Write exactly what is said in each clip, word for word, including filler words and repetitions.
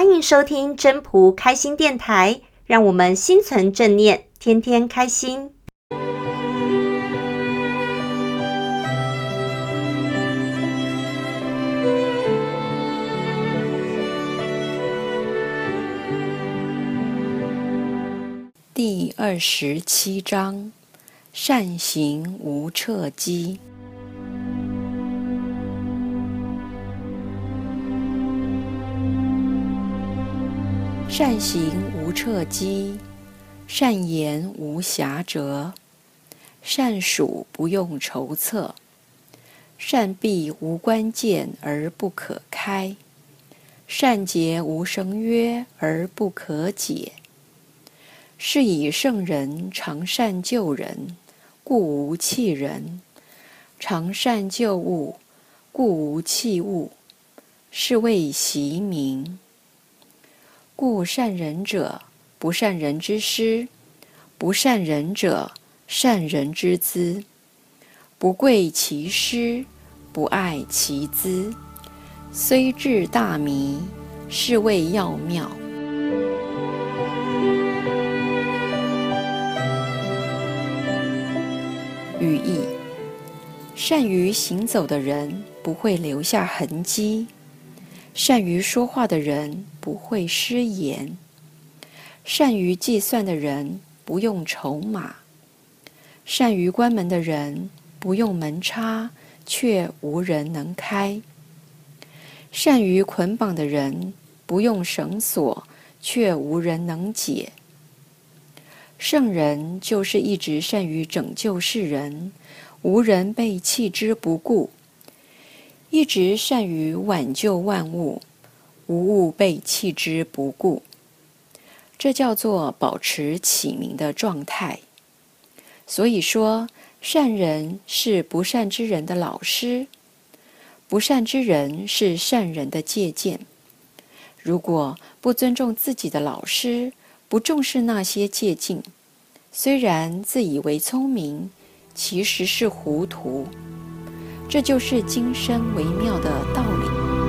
欢迎收听真仆开心电台，让我们心存正念，天天开心。 第二十七章：善行无彻机。善行无彻机，善言无瑕谪，善数不用筹策，善闭无关键而不可开，善结无绳约而不可解。是以圣人常善救人，故无弃人；常善救物，故无弃物。是谓习名。故善人者，不善人之师；不善人者，善人之资。不贵其师，不爱其资。虽智大迷，是谓要妙。语义：善于行走的人不会留下痕迹，善于说话的人不会失言，善于计算的人不用筹码，善于关门的人不用门插，却无人能开，善于捆绑的人不用绳索，却无人能解。圣人就是一直善于拯救世人，无人被弃之不顾；一直善于挽救万物，无物被弃之不顾。这叫做保持启明的状态。所以说，善人是不善之人的老师，不善之人是善人的借鉴。如果不尊重自己的老师，不重视那些借鉴，虽然自以为聪明，其实是糊涂。这就是精深微妙的道理。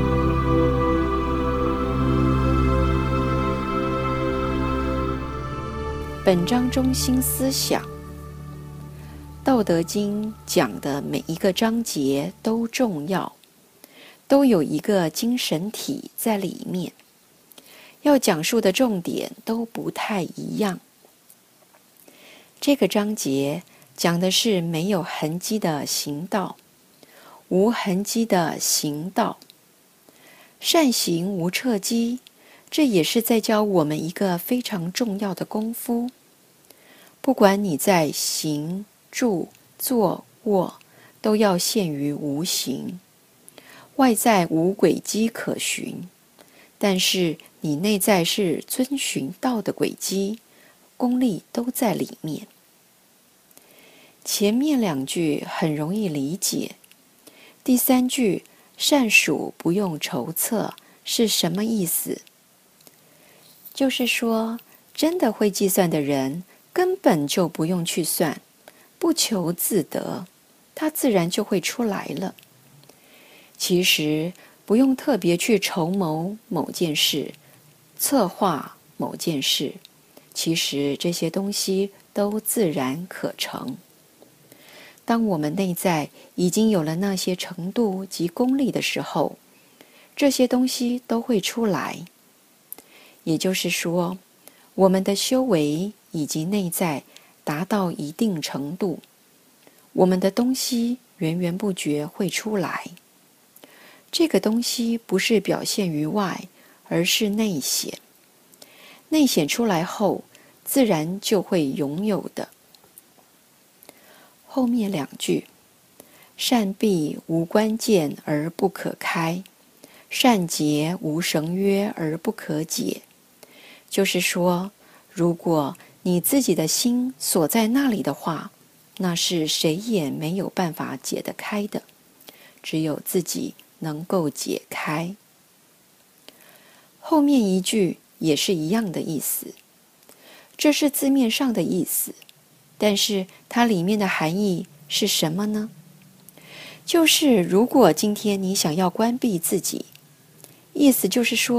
本章中心思想：《道德经》讲的每一个章节都重要，都有一个精神体在里面，要讲述的重点都不太一样。这个章节讲的是没有痕迹的行道，无痕迹的行道。善行无彻机，这也是在教我们一个非常重要的功夫。不管你在行、住、坐、卧，都要陷于无形，外在无轨迹可循，但是你内在是遵循道的轨迹，功力都在里面。前面两句很容易理解，第三句善数不用筹策是什么意思？就是说，真的会计算的人根本就不用去算，不求自得，它自然就会出来了。其实不用特别去筹谋某件事，策划某件事，其实这些东西都自然可成。当我们内在已经有了那些程度及功力的时候，这些东西都会出来。也就是说，我们的修为以及内在达到一定程度，我们的东西源源不绝会出来。这个东西不是表现于外，而是内显。内显出来后，自然就会拥有的。后面两句：善闭无关键而不可开，善结无绳约而不可解。就是说，如果你自己的心锁在那里的话，那是谁也没有办法解得开的，只有自己能够解开。后面一句也是一样的意思，这是字面上的意思，但是它里面的含义是什么呢？就是如果今天你想要关闭自己，意思就是说，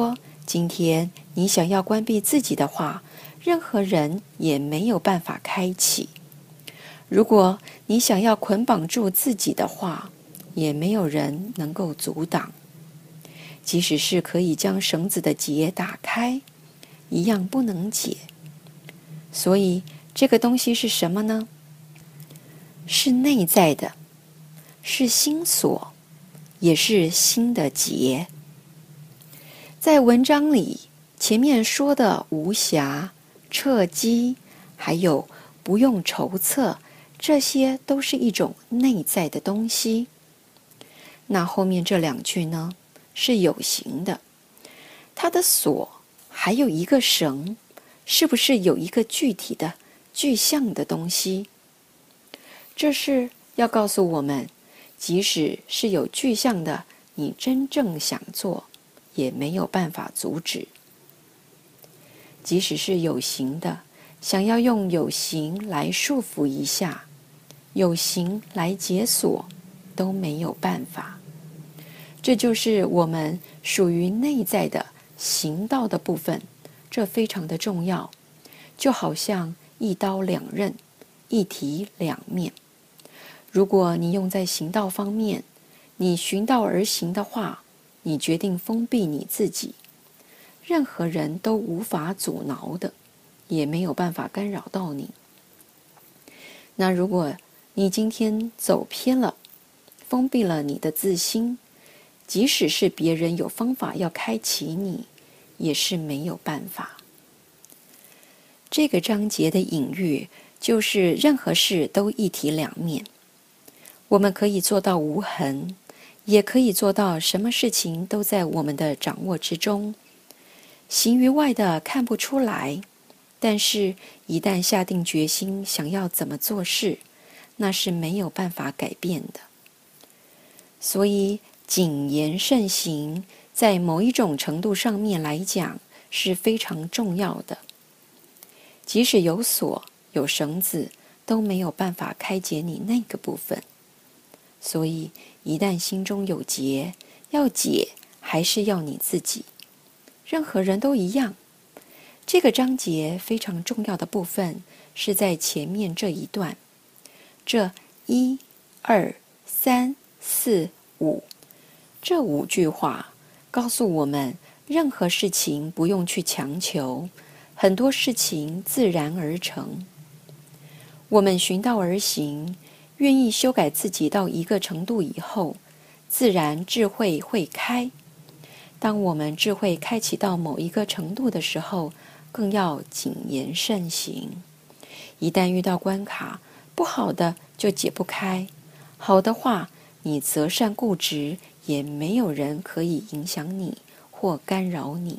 今天你想要关闭自己的话，任何人也没有办法开启。如果你想要捆绑住自己的话，也没有人能够阻挡。即使是可以将绳子的结打开，一样不能解。所以这个东西是什么呢？是内在的，是心锁，也是心的结。在文章里，前面说的无暇、彻机，还有不用筹策，这些都是一种内在的东西。那后面这两句呢，是有形的。它的锁还有一个绳，是不是有一个具体的、具象的东西？这是要告诉我们，即使是有具象的，你真正想做，也没有办法阻止。即使是有形的，想要用有形来束缚一下，有形来解锁，都没有办法。这就是我们属于内在的行道的部分，这非常的重要，就好像一刀两刃，一体两面。如果你用在行道方面，你循道而行的话，你决定封闭你自己，任何人都无法阻挠的，也没有办法干扰到你。那如果你今天走偏了，封闭了你的自心，即使是别人有方法要开启你，也是没有办法。这个章节的隐喻就是任何事都一体两面。我们可以做到无痕，也可以做到什么事情都在我们的掌握之中，形于外的看不出来，但是一旦下定决心想要怎么做事，那是没有办法改变的。所以谨言慎行在某一种程度上面来讲是非常重要的。即使有锁有绳子，都没有办法开解你那个部分。所以一旦心中有结，要解还是要你自己，任何人都一样。这个章节非常重要的部分是在前面这一段，这一、二、三、四、五这五句话告诉我们，任何事情不用去强求，很多事情自然而成。我们循道而行，愿意修改自己到一个程度以后，自然智慧会开。当我们智慧开启到某一个程度的时候，更要谨言慎行。一旦遇到关卡，不好的就解不开，好的话，你择善固执，也没有人可以影响你或干扰你。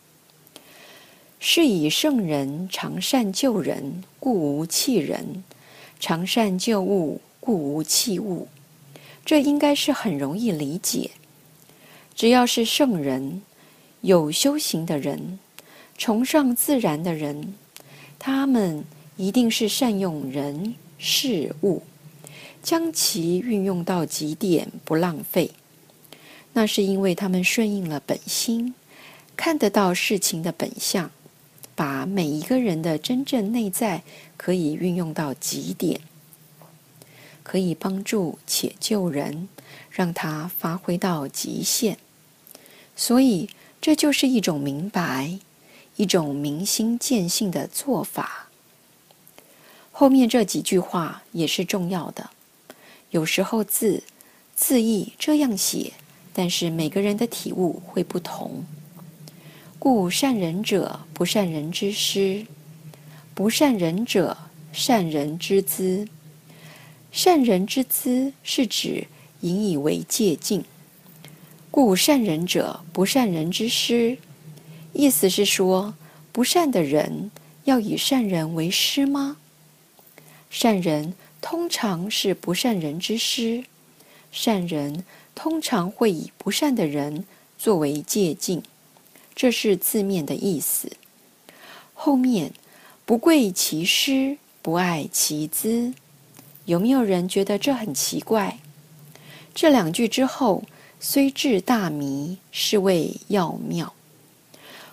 是以圣人常善救人，故无弃人；常善救物，故无弃物。这应该是很容易理解。只要是圣人，有修行的人，崇尚自然的人，他们一定是善用人事物，将其运用到极点，不浪费。那是因为他们顺应了本心，看得到事情的本相，把每一个人的真正内在可以运用到极点，可以帮助且救人，让他发挥到极限。所以这就是一种明白，一种明心见性的做法。后面这几句话也是重要的，有时候字字义这样写，但是每个人的体悟会不同。故善人者，不善人之师；不善人者，善人之资。善人之资是指引以为戒境。故善人者，不善人之师。意思是说，不善的人要以善人为师吗？善人通常是不善人之师，善人通常会以不善的人作为戒境，这是字面的意思。后面不贵其师，不爱其资，有没有人觉得这很奇怪？这两句之后，虽智大迷，是谓要妙。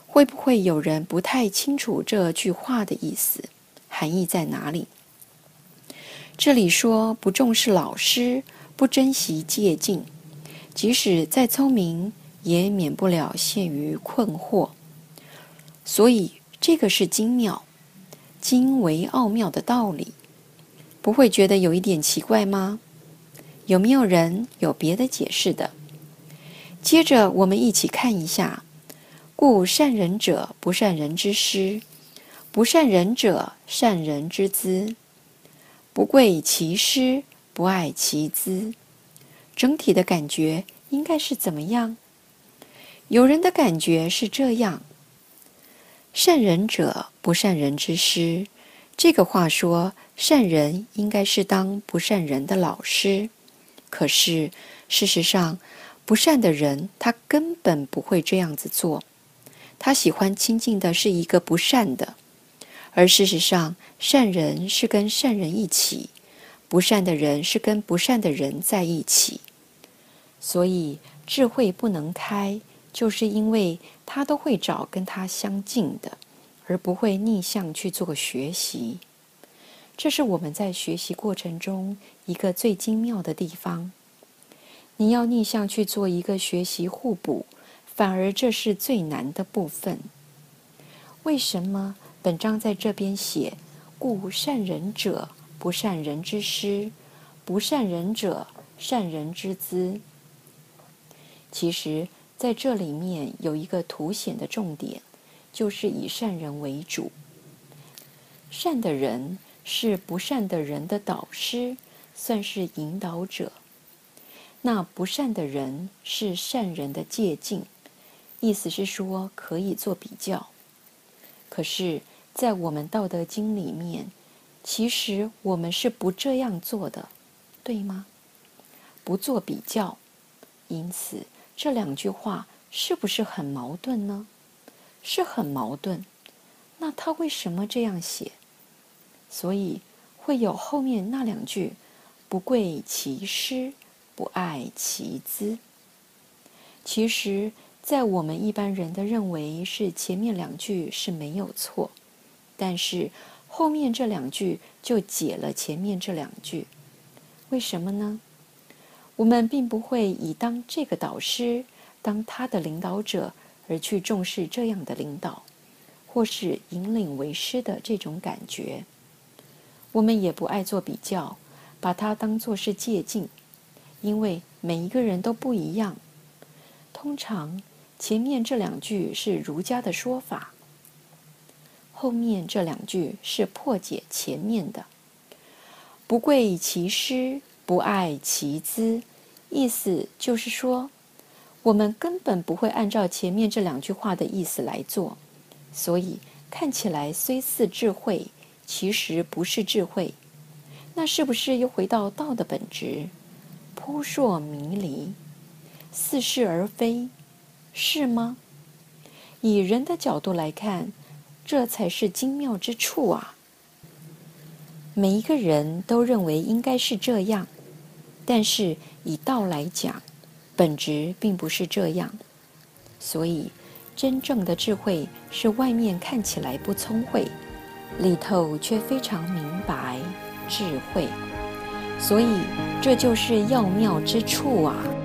会不会有人不太清楚这句话的意思，含义在哪里？这里说不重视老师，不珍惜借镜，即使再聪明，也免不了陷于困惑。所以这个是精妙，精为奥妙的道理，不会觉得有一点奇怪吗？有没有人有别的解释的？接着我们一起看一下，故善人者不善人之师，不善人者善人之资，不贵其师，不爱其资。整体的感觉应该是怎么样？有人的感觉是这样：善人者不善人之师，这个话说善人应该是当不善人的老师，可是事实上不善的人他根本不会这样子做，他喜欢亲近的是一个不善的，而事实上善人是跟善人一起，不善的人是跟不善的人在一起。所以智慧不能开，就是因为他都会找跟他相近的，而不会逆向去做学习。这是我们在学习过程中一个最精妙的地方。你要逆向去做一个学习互补，反而这是最难的部分。为什么本章在这边写故善人者不善人之师，不善人者善人之资？其实在这里面有一个凸显的重点，就是以善人为主。善的人是不善的人的导师，算是引导者。那不善的人是善人的借镜，意思是说可以做比较。可是在我们道德经里面，其实我们是不这样做的，对吗？不做比较，因此这两句话是不是很矛盾呢？是很矛盾。那他为什么这样写？所以会有后面那两句不贵其师，不爱其资。其实在我们一般人的认为是前面两句是没有错，但是后面这两句就解了前面这两句。为什么呢？我们并不会以当这个导师当他的领导者而去重视这样的领导，或是引领为师的这种感觉。我们也不爱做比较，把它当作是借镜，因为每一个人都不一样。通常前面这两句是儒家的说法，后面这两句是破解前面的。不贵其师，不爱其资，意思就是说我们根本不会按照前面这两句话的意思来做，所以看起来虽似智慧，其实不是智慧。那是不是又回到道的本质？扑朔迷离，似是而非，是吗？以人的角度来看，这才是精妙之处啊！每一个人都认为应该是这样，但是以道来讲，本质并不是这样。所以真正的智慧是外面看起来不聪慧，里头却非常明白智慧。所以这就是要妙之处啊！